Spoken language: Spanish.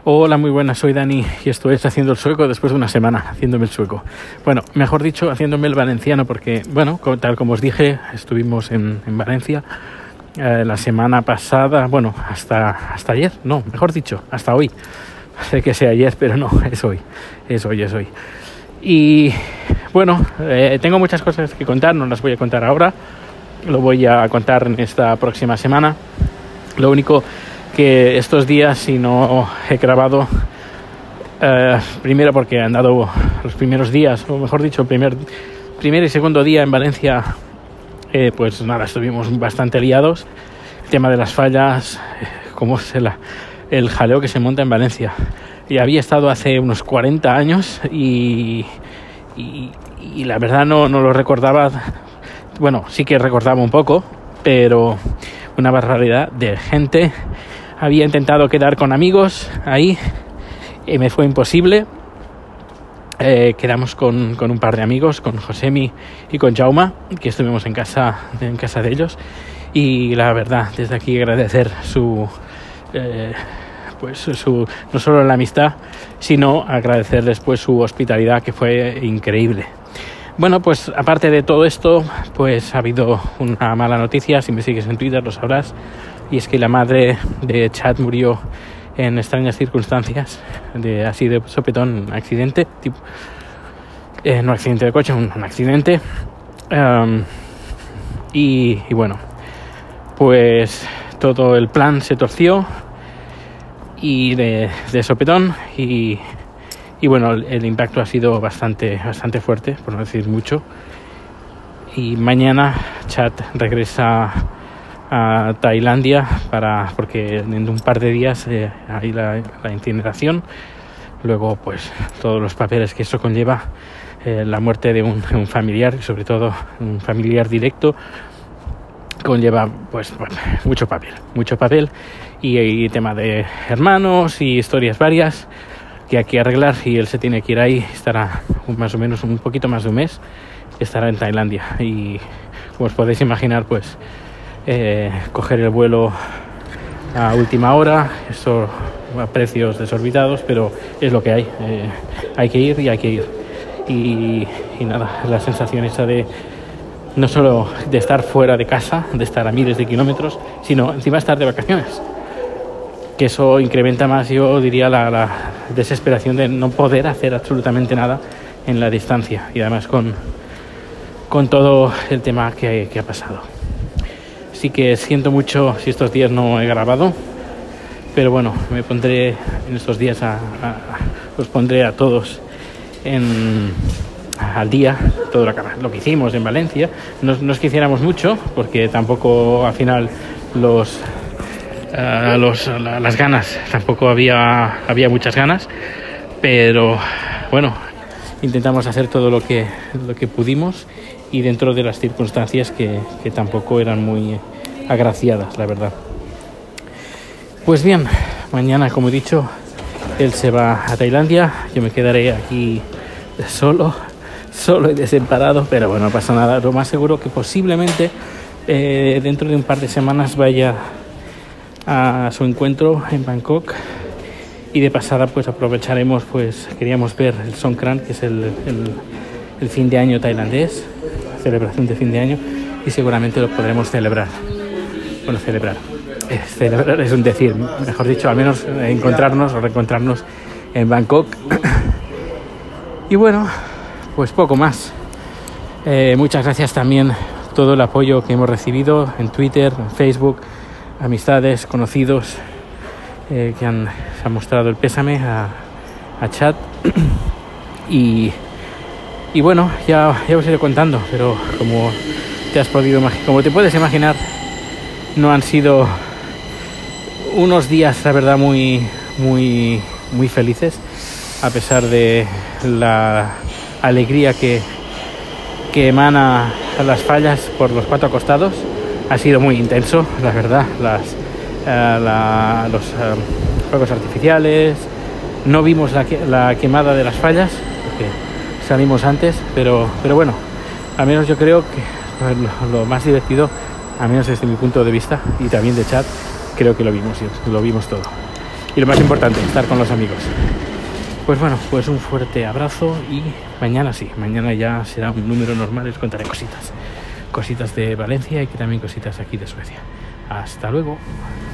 Hola, muy buenas, soy Dani y esto es Haciendo el Sueco después de una semana haciéndome el sueco. Bueno, mejor dicho, haciéndome el valenciano porque, bueno, tal como os dije, estuvimos en Valencia la semana pasada, bueno, hasta ayer, no, mejor dicho, hasta hoy. Sé que sea ayer, pero no, es hoy. Y bueno, tengo muchas cosas que contar, no las voy a contar ahora, lo voy a contar en esta próxima semana. Lo único que estos días, si no he grabado, primero porque han dado los primeros días, o mejor dicho, primer y segundo día en Valencia, pues nada, estuvimos bastante liados. El tema de las fallas, cómo es el jaleo que se monta en Valencia. Y había estado hace unos 40 años y la verdad no lo recordaba. Bueno, sí que recordaba un poco, pero una barbaridad de gente. Había intentado quedar con amigos ahí y me fue imposible. Quedamos con un par de amigos, con Josemi y con Jauma, que estuvimos en casa de ellos. Y la verdad, desde aquí agradecer no solo la amistad, sino agradecerles pues su hospitalidad, que fue increíble. Bueno, pues aparte de todo esto, pues ha habido una mala noticia. Si me sigues en Twitter lo sabrás, y es que la madre de Chad murió en extrañas circunstancias, así de sopetón, accidente, no accidente de coche, un accidente. Y bueno, pues todo el plan se torció y de sopetón y bueno, el impacto ha sido bastante fuerte, por no decir mucho. Y mañana Chad regresa a Tailandia porque en un par de días hay la incineración. Luego pues todos los papeles que eso conlleva, la muerte de un familiar, y sobre todo un familiar directo, conlleva pues bueno, mucho papel y tema de hermanos y historias varias que hay que arreglar, y él se tiene que ir ahí. Estará más o menos un poquito más de un mes, estará en Tailandia, y como os podéis imaginar, pues coger el vuelo a última hora, eso a precios desorbitados, pero es lo que hay. Hay que ir y nada, la sensación esa de no solo de estar fuera de casa, de estar a miles de kilómetros, sino encima estar de vacaciones, que eso incrementa más, yo diría, la desesperación de no poder hacer absolutamente nada en la distancia, y además con todo el tema que ha pasado. Así que siento mucho si estos días no he grabado, pero bueno, me pondré en estos días os pondré a todos al día todo lo que hicimos en Valencia. No es que hiciéramos mucho, porque tampoco al final las ganas, tampoco había muchas ganas, pero bueno, intentamos hacer todo lo que pudimos, y dentro de las circunstancias que tampoco eran muy agraciadas, la verdad. Pues bien, mañana, como he dicho, él se va a Tailandia, yo me quedaré aquí solo y desamparado, pero bueno, no pasa nada. Lo más seguro que posiblemente dentro de un par de semanas vaya a su encuentro en Bangkok, y de pasada pues aprovecharemos, pues queríamos ver el Songkran, que es el fin de año tailandés, celebración de fin de año, y seguramente lo podremos celebrar. Bueno, celebrar es un decir, mejor dicho, al menos encontrarnos o reencontrarnos en Bangkok. Y bueno, pues poco más. Muchas gracias también todo el apoyo que hemos recibido en Twitter, en Facebook, amistades, conocidos que se han mostrado el pésame a Chad. Y bueno, ya os iré contando, pero como te puedes imaginar, no han sido unos días, la verdad, muy felices, a pesar de la alegría que emana a las fallas por los cuatro costados. Ha sido muy intenso, la verdad, los fuegos artificiales. No vimos la quemada de las fallas porque salimos antes, pero bueno, al menos yo creo que lo más divertido, al menos desde mi punto de vista y también de Chad, creo que lo vimos todo. y lo más importante, estar con los amigos. Pues bueno, pues un fuerte abrazo y mañana sí, mañana ya será un número normal, les contaré cositas de Valencia y que también cositas aquí de Suecia. Hasta luego.